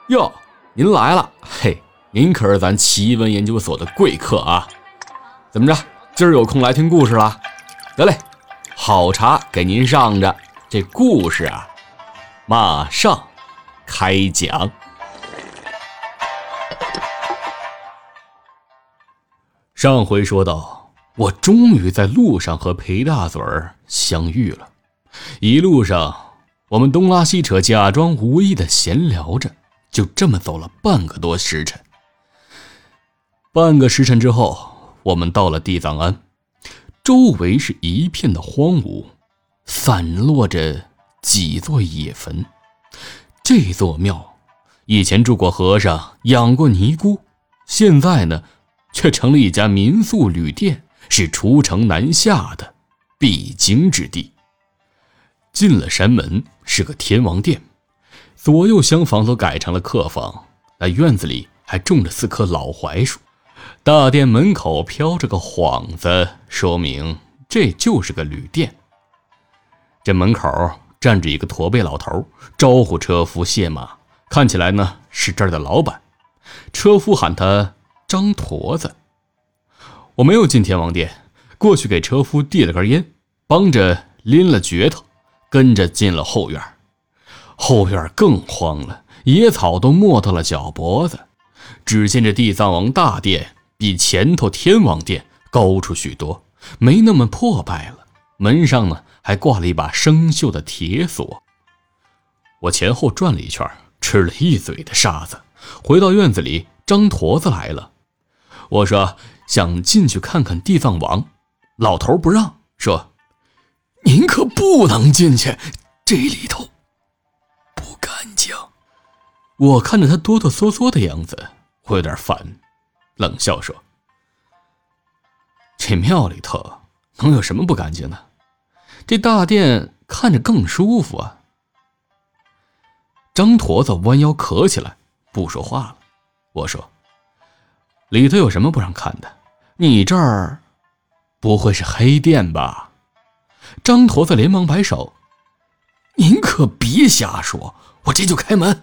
哟，您来了，嘿，您可是咱奇闻研究所的贵客啊！怎么着，今儿有空来听故事了？得嘞，好茶给您上着，这故事啊，马上开讲。上回说到，我终于在路上和裴大嘴儿相遇了。一路上，我们东拉西扯，假装无意的闲聊着，就这么走了半个多时辰。半个时辰之后，我们到了地藏庵，周围是一片的荒芜，散落着几座野坟。这座庙以前住过和尚，养过尼姑，现在呢却成了一家民宿旅店，是出城南下的必经之地。进了山门是个天王殿，左右厢房都改成了客房，那院子里还种着4棵老槐树。大殿门口飘着个幌子，说明这就是个旅店。这门口站着一个驼背老头，招呼车夫卸马，看起来呢是这儿的老板。车夫喊他张驼子。我没有进天王殿，过去给车夫递了根烟，帮着拎了镢头，跟着进了后院。后院更荒了，野草都没到了脚脖子。只见这地藏王大殿比前头天王殿高出许多，没那么破败了。门上呢还挂了一把生锈的铁锁。我前后转了一圈，吃了一嘴的沙子。回到院子里，张驼子来了。我说想进去看看地藏王，老头不让，说您可不能进去，这里头不干净。我看着他哆哆嗦嗦的样子，我有点烦，冷笑说，这庙里头能有什么不干净的？这大殿看着更舒服啊。张驼子弯腰咳起来，不说话了。我说里头有什么不让看的？你这儿不会是黑店吧？张驼子连忙摆手，您可别瞎说，我这就开门。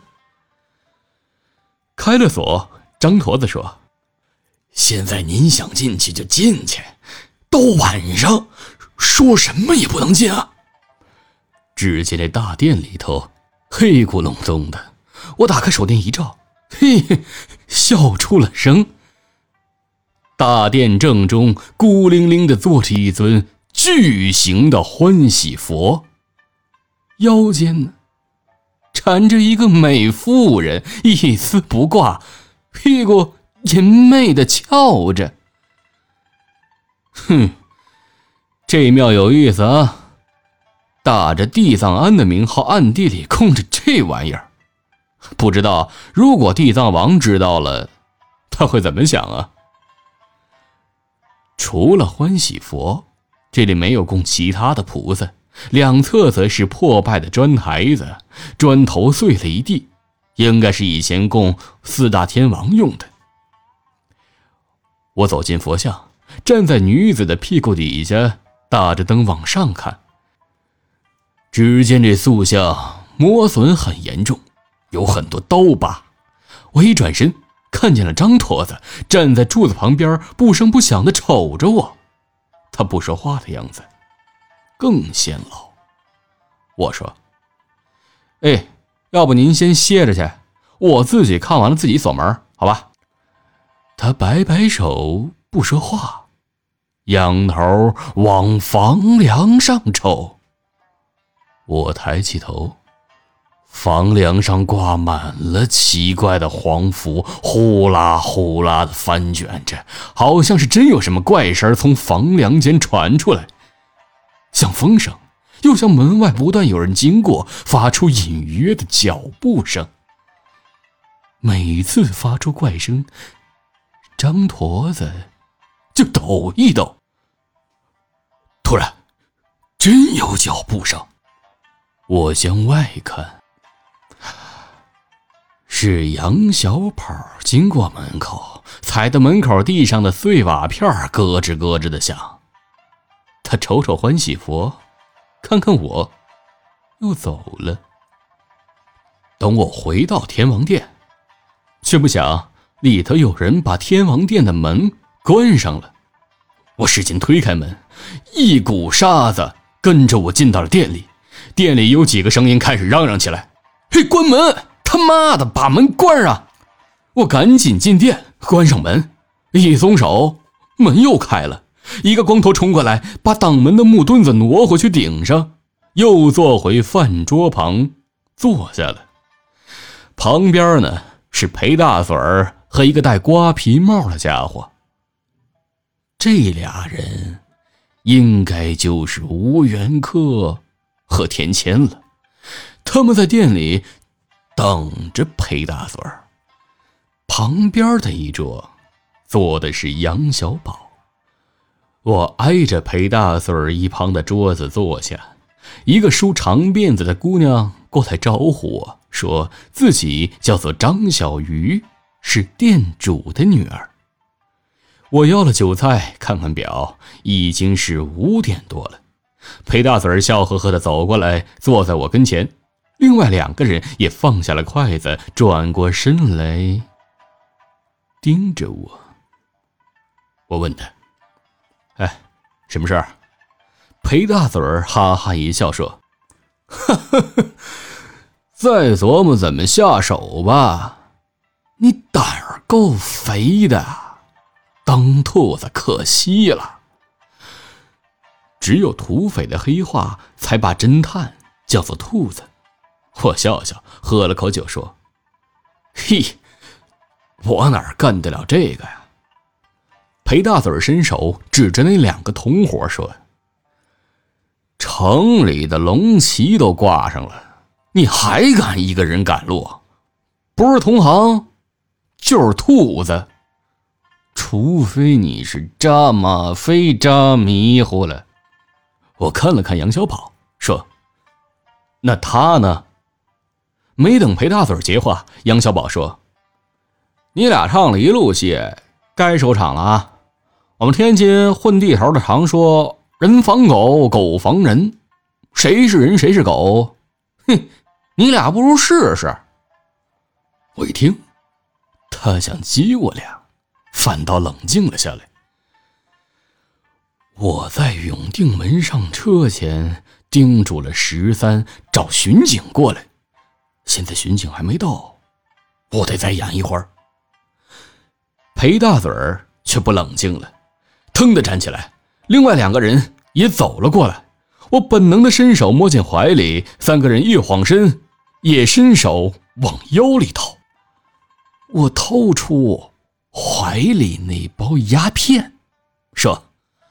开了锁，张驼子说，现在您想进去就进去，都晚上说什么也不能进啊。只见这大殿里头黑咕隆咚的，我打开手电一照，嘿，笑出了声。大殿正中孤零零地坐着一尊巨型的欢喜佛，腰间呢缠着一个美妇人，一丝不挂，屁股淫媚地翘着。哼，这庙有意思啊，打着地藏庵的名号，暗地里供着这玩意儿。不知道如果地藏王知道了，他会怎么想啊？除了欢喜佛，这里没有供其他的菩萨，两侧则是破败的砖台子，砖头碎了一地，应该是以前供4大天王用的。我走进佛像，站在女子的屁股底下，打着灯往上看。只见这塑像磨损很严重，有很多刀疤。我一转身，看见了张驼子站在柱子旁边，不声不响地瞅着我。他不说话的样子更显老。我说，哎，要不您先歇着去，我自己看完了自己锁门，好吧？他摆摆手不说话，仰头往房梁上瞅。我抬起头，房梁上挂满了奇怪的黄符，呼啦呼啦的翻卷着，好像是真有什么怪声从房梁间传出来，像风声，又像门外不断有人经过，发出隐约的脚步声。每次发出怪声，张驼子就抖一抖。突然，真有脚步声。我向外看，是杨小跑经过门口，踩到门口地上的碎瓦片咯吱咯吱的响。他瞅瞅欢喜佛，看看我，又走了。等我回到天王殿， 却不想里头有人把天王殿的门关上了。我使劲推开门，一股沙子跟着我进到了店里。店里有几个声音开始嚷嚷起来：“嘿，关门！他妈的，把门关上！”我赶紧进店，关上门，一松手，门又开了。一个光头冲过来，把挡门的木墩子挪回去顶上，又坐回饭桌旁坐下了。旁边呢是裴大嘴儿和一个戴瓜皮帽的家伙。这俩人应该就是吴元克和田谦了。他们在店里等着裴大嘴儿。旁边的一桌坐的是杨小宝。我挨着裴大嘴儿一旁的桌子坐下，一个梳长辫子的姑娘过来招呼我，说自己叫做张小鱼，是店主的女儿。我要了酒菜，看看表，已经是5点多了。裴大嘴儿笑呵呵地走过来，坐在我跟前，另外2个人也放下了筷子，转过身来盯着我。我问他：“哎，什么事儿？”裴大嘴儿哈哈一笑说：“哈哈哈，再琢磨怎么下手吧。你胆儿够肥的，当兔子可惜了。”只有土匪的黑话才把侦探叫做兔子。我笑笑，喝了口酒说：“嘿，我哪干得了这个呀？”裴大嘴儿伸手指着那2个同伙说：“城里的龙旗都挂上了，你还敢一个人赶路？不是同行，就是兔子。除非你是扎吗啡扎迷糊了。”我看了看杨小宝，说：“那他呢？”没等裴大嘴儿接话，杨小宝说：“你俩唱了一路戏，该收场了啊。我们天津混地头的常说，人防狗，狗防人，谁是人谁是狗？哼，你俩不如试试。”我一听，他想激我俩，反倒冷静了下来。我在永定门上车前叮嘱了13找巡警过来，现在巡警还没到，我得再演一会儿。裴大嘴儿却不冷静了，腾地站起来，另外2个人也走了过来。我本能的伸手摸进怀里，3个人一晃身，也伸手往腰里掏。我掏出怀里那包鸦片，说：“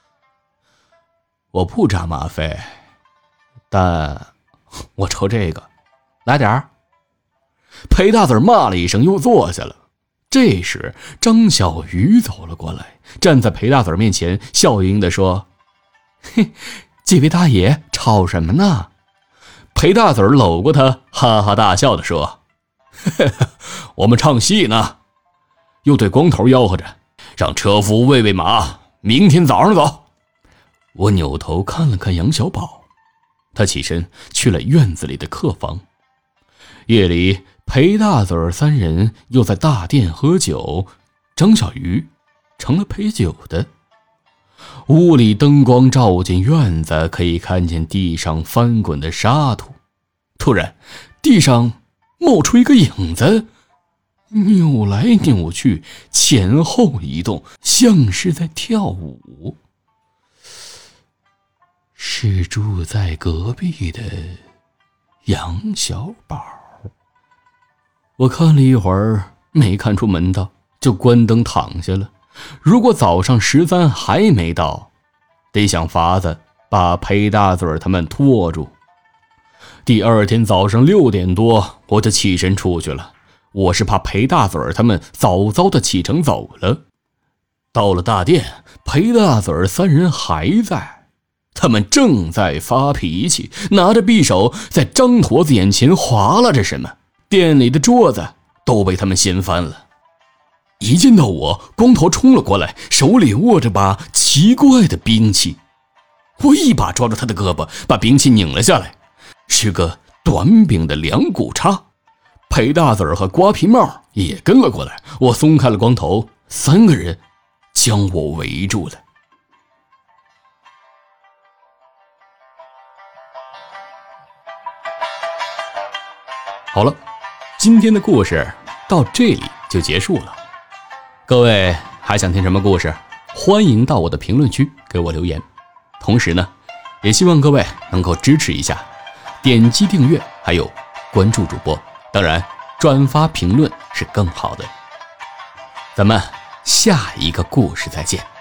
我不扎吗啡，但我抽这个，来点儿。”裴大嘴骂了一声，又坐下了。这时张小鱼走了过来，站在裴大嘴面前，笑盈盈地说：“嘿，这位大爷吵什么呢？”裴大嘴搂过他，哈哈大笑地说：“嘿嘿，我们唱戏呢。”又对光头吆喝着：“让车夫喂喂马，明天早上走。”我扭头看了看杨小宝，他起身去了院子里的客房。夜里，裴大嘴儿3人又在大殿喝酒，张小鱼成了陪酒的。屋里灯光照进院子，可以看见地上翻滚的沙土。突然，地上冒出一个影子，扭来扭去，前后移动，像是在跳舞。是住在隔壁的杨小宝。我看了一会儿，没看出门道，就关灯躺下了。如果早上13还没到，得想法子把裴大嘴他们拖住。第2天早上6点多，我就起身出去了。我是怕裴大嘴他们早早的启程走了。到了大殿，裴大嘴3人还在，他们正在发脾气，拿着匕首在张坨子眼前划拉着什么。店里的桌子都被他们掀翻了。一见到我，光头冲了过来，手里握着把奇怪的兵器。我一把抓住他的胳膊，把兵器拧了下来，是个短柄的2股叉。 裴大嘴和瓜皮帽也跟了过来。我松开了光头，3个人将我围住了。好了，今天的故事到这里就结束了。各位还想听什么故事？欢迎到我的评论区给我留言。同时呢，也希望各位能够支持一下，点击订阅，还有关注主播，当然转发评论是更好的。咱们下一个故事再见。